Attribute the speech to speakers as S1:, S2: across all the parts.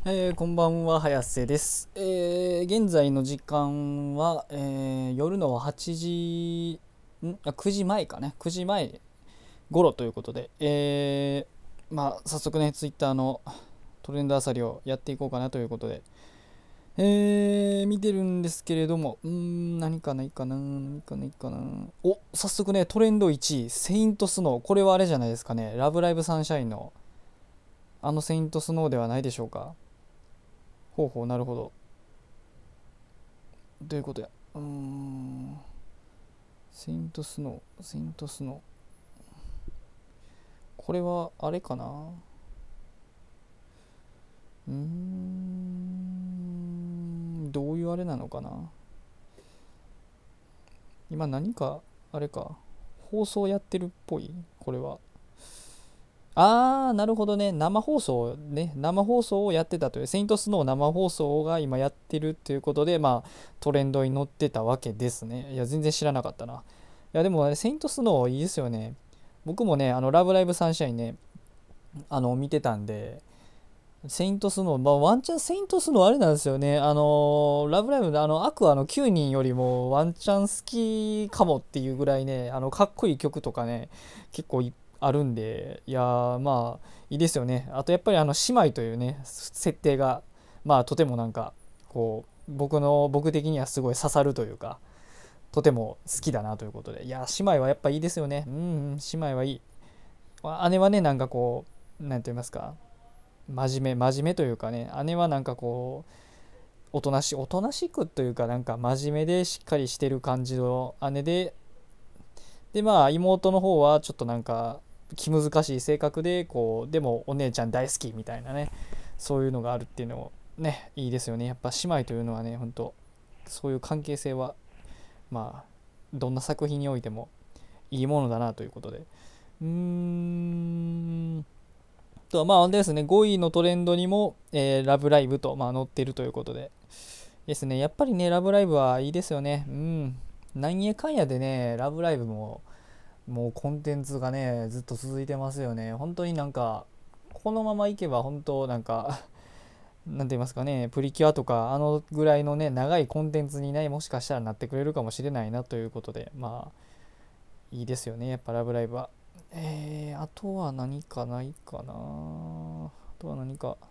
S1: こんばんは、早瀬です。現在の時間は、夜の8時、9時前かね、9時前頃ということで、早速ね、ツイッターのトレンド漁りをやっていこうかなということで、見てるんですけれども、何かないかな、お、早速ね、トレンド1位、セイントスノー。これはあれじゃないですかね、ラブライブサンシャインのあのセイントスノーではないでしょうか。ほうほう、なるほど。どういうことや。セイントスノー、セイントスノー。これは、あれかな。どういうあれなのかな。今何か、あれか。放送やってるっぽいこれは。なるほどね。生放送をやってたという、セイントスノー生放送が今やってるっていうことで、トレンドに乗ってたわけですね。いや、全然知らなかったな。いや、でも、セイントスノーいいですよね。僕もね、ラブライブサンシャインね、見てたんで、セイントスノー、ワンチャンセイントスノーあれなんですよね。ラブライブのアクアの9人よりもワンチャン好きかもっていうぐらいね、かっこいい曲とかね、結構あるんで、いやー、いいですよね。あとやっぱり姉妹というね、設定が、とてもなんか、こう、僕的にはすごい刺さるというか、とても好きだなということで、いやー、姉妹はやっぱいいですよね。姉妹はいい。姉はね、なんかこう、なんて言いますか、真面目というかね、姉はなんかこう、おとなしくというか、なんか真面目でしっかりしてる感じの姉で、妹の方はちょっとなんか、気難しい性格で、こう、でもお姉ちゃん大好きみたいなね、そういうのがあるっていうのもね、いいですよね。やっぱ姉妹というのはね、本当そういう関係性は、まあ、どんな作品においてもいいものだなということで。うーん、ですね、5位のトレンドにも、ラブライブと、載っているということでですね、やっぱりね、ラブライブはいいですよね。なんやかんやでね、ラブライブも、もうコンテンツがね、ずっと続いてますよね。本当になんか、このままいけば、本当なんか、なんて言いますかね、プリキュアとか、あのぐらいのね、長いコンテンツにね、もしかしたらなってくれるかもしれないなということで、いいですよね、やっぱラブライブは。あとは何かないかな。あとは何か。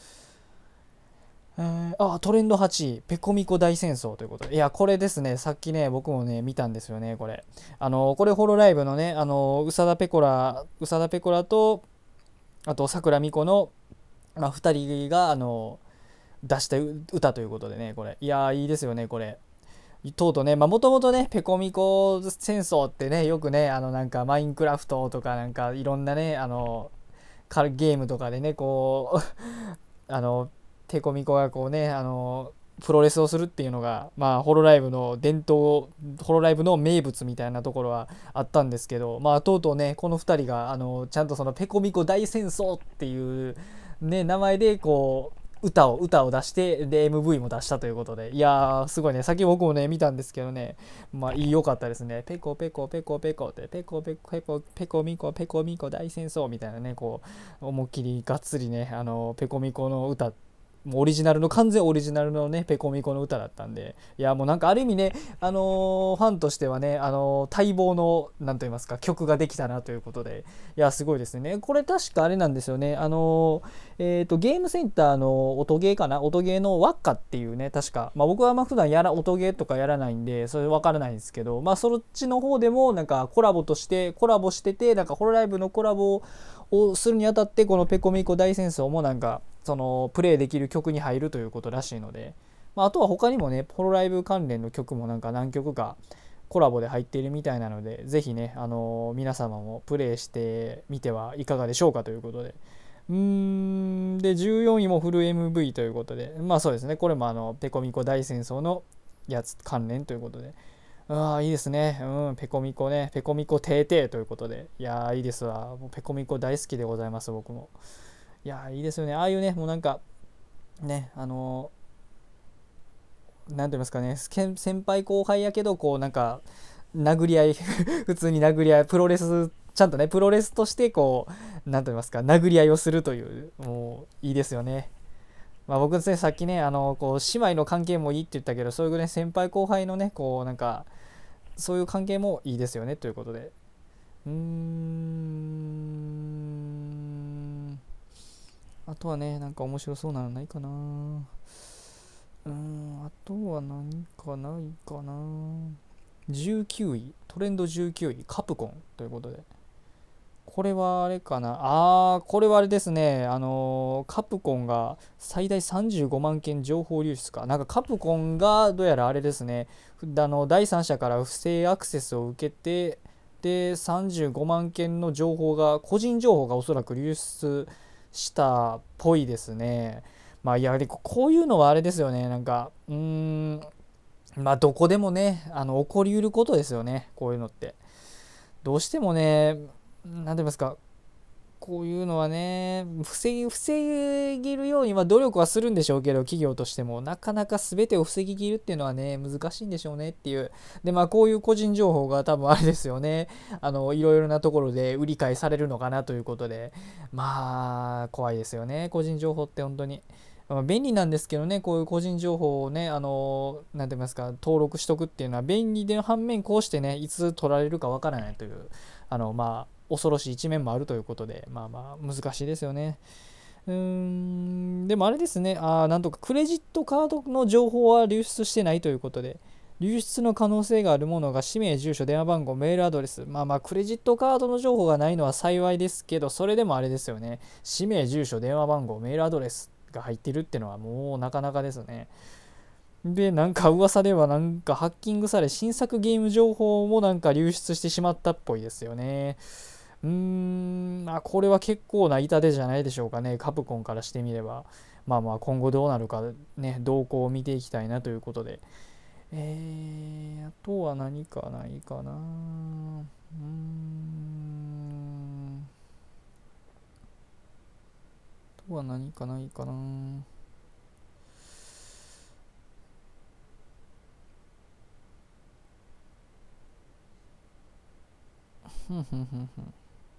S1: トレンド8位、ペコミコ大戦争ということで。いや、これですね、さっきね、僕もね、見たんですよね、これ。これホロライブのね、宇佐田ペコラと、あと、桜美子の、2人が、出した歌ということでね、これ。いやいいですよね、これ。とうとうね、もともとね、ペコミコ戦争ってね、よくね、なんか、マインクラフトとか、なんか、いろんなね、ゲームとかでね、こう、あの、ペコミコがこうね、プロレスをするっていうのが、ホロライブのホロライブの名物みたいなところはあったんですけど、とうとうね、この2人が、ちゃんとそのペコミコ大戦争っていう、ね、名前で、こう、歌を出して、で、MV も出したということで、いやー、すごいね、さっき僕もね、見たんですけどね、良かったですね。ペコペコペコペコって、ペコペコペコペコミコペコミコ大戦争みたいなね、こう、思いっきりがっつりね、ペコミコの歌もう完全オリジナルのね、ペコミコの歌だったんで、いや、もうなんかある意味ね、ファンとしてはね、待望の、なんと言いますか、曲ができたなということで、いや、すごいですね。これ確かあれなんですよね、ゲームセンターの音ゲーかな、音ゲーのワッカっていうね、確か、僕は普段音ゲーとかやらないんで、それわからないんですけど、そっちの方でも、なんかコラボしてて、なんかホロライブのコラボをするにあたって、このペコミコ大戦争もなんか、そのプレイできる曲に入るということらしいので、あとは他にもね、ホロライブ関連の曲もなんか何曲かコラボで入っているみたいなので、ぜひね、皆様もプレイしてみてはいかがでしょうかということで。で、14位もフル MV ということで、そうですね、これもペコミコ大戦争のやつ関連ということで、いいですね。ペコミコね、ペコミコてーてーということで、いやー、いいですわ。もうペコミコ大好きでございます、僕も。いやー、いいですよね。ああいうね、もうなんか、ね、なんて言いますかね、先輩後輩やけど、こう、なんか、殴り合い普通に殴り合い、ちゃんとね、プロレスとして、こう、なんと言いますか、殴り合いをするという、もう、いいですよね。 まあ僕ね、さっきね、こう、姉妹の関係もいいって言ったけど、そういうね、先輩後輩のね、こう、なんか、そういう関係もいいですよね、ということで。あとはね、なんか面白そうなのないかな。あとは何かないかな。19位、トレンド19位、カプコンということで。これはあれかな。これはあれですね。カプコンが最大35万件情報流出か。なんかカプコンがどうやらあれですね。第三者から不正アクセスを受けて、で、35万件の情報が、個人情報がおそらく流出したっぽいですね。まあ、やはりこういうのはあれですよね。なんか、まあ、どこでもね、起こりうることですよね。こういうのって。どうしてもね、なんて言いますか、こういうのはね、防げるように、まあ、努力はするんでしょうけど、企業としても、なかなか全てを防ぎきるっていうのはね、難しいんでしょうねっていう。で、まあ、こういう個人情報が多分あれですよね、いろいろなところで売り買いされるのかなということで、まあ、怖いですよね、個人情報って本当に。まあ、便利なんですけどね、こういう個人情報をね、なんて言いますか、登録しとくっていうのは便利で反面、こうしてね、いつ取られるかわからないという、まあ、恐ろしい一面もあるということで、まあまあ、難しいですよね。でもあれですね、なんとかクレジットカードの情報は流出してないということで、流出の可能性があるものが氏名、住所、電話番号、メールアドレス。まあまあ、クレジットカードの情報がないのは幸いですけど、それでもあれですよね。氏名、住所、電話番号、メールアドレスが入ってるっていうのはもうなかなかですね。で、なんか噂ではなんかハッキングされ、新作ゲーム情報もなんか流出してしまったっぽいですよね。まあ、これは結構な痛手じゃないでしょうかね、カプコンからしてみれば。まあまあ、今後どうなるかね、動向を見ていきたいなということで。あとは何かないかな。あとは何かないかな。ふんふんふんふん。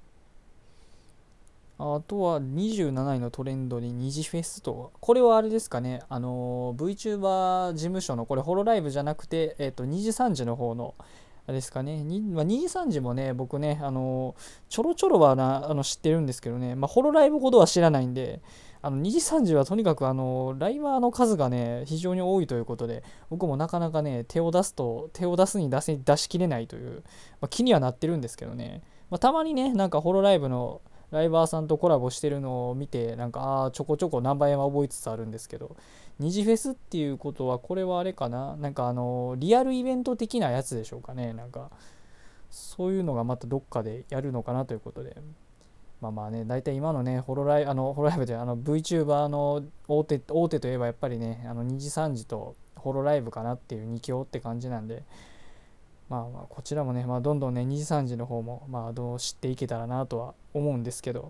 S1: あとは27位のトレンドに二次フェスと、これはあれですかね、VTuber 事務所の、これホロライブじゃなくて、二次三次の方の、あれですかね、まあ、二次三次もね、僕ね、ちょろちょろは知ってるんですけどね、まあ、ホロライブほどは知らないんで、二次三次はとにかくライバーの数がね、非常に多いということで、僕もなかなかね、手を出すに出しきれないという、まあ、気にはなってるんですけどね、まあ、たまにね、なんかホロライブのライバーさんとコラボしてるのを見て、なんかちょこちょこ何倍は覚えつつあるんですけど、二次フェスっていうことはこれはあれかな、なんかリアルイベント的なやつでしょうかね。なんかそういうのがまたどっかでやるのかなということで、まあまあね、大体今のね、ホロライブでVTuber の大手といえばやっぱりね、二次三次とホロライブかなっていう二強って感じなんで、まあまあこちらもね、まあ、どんどんね2時3時の方もまあどう知っていけたらなとは思うんですけど、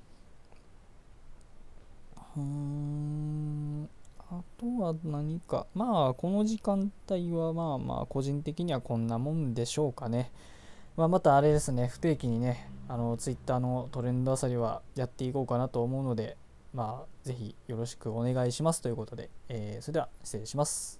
S1: うーんあとは何か、まあこの時間帯はまあまあ個人的にはこんなもんでしょうかね。まあ、またあれですね、不定期にね、ツイッターのトレンドあさりはやっていこうかなと思うので、まあぜひよろしくお願いしますということで、それでは失礼します。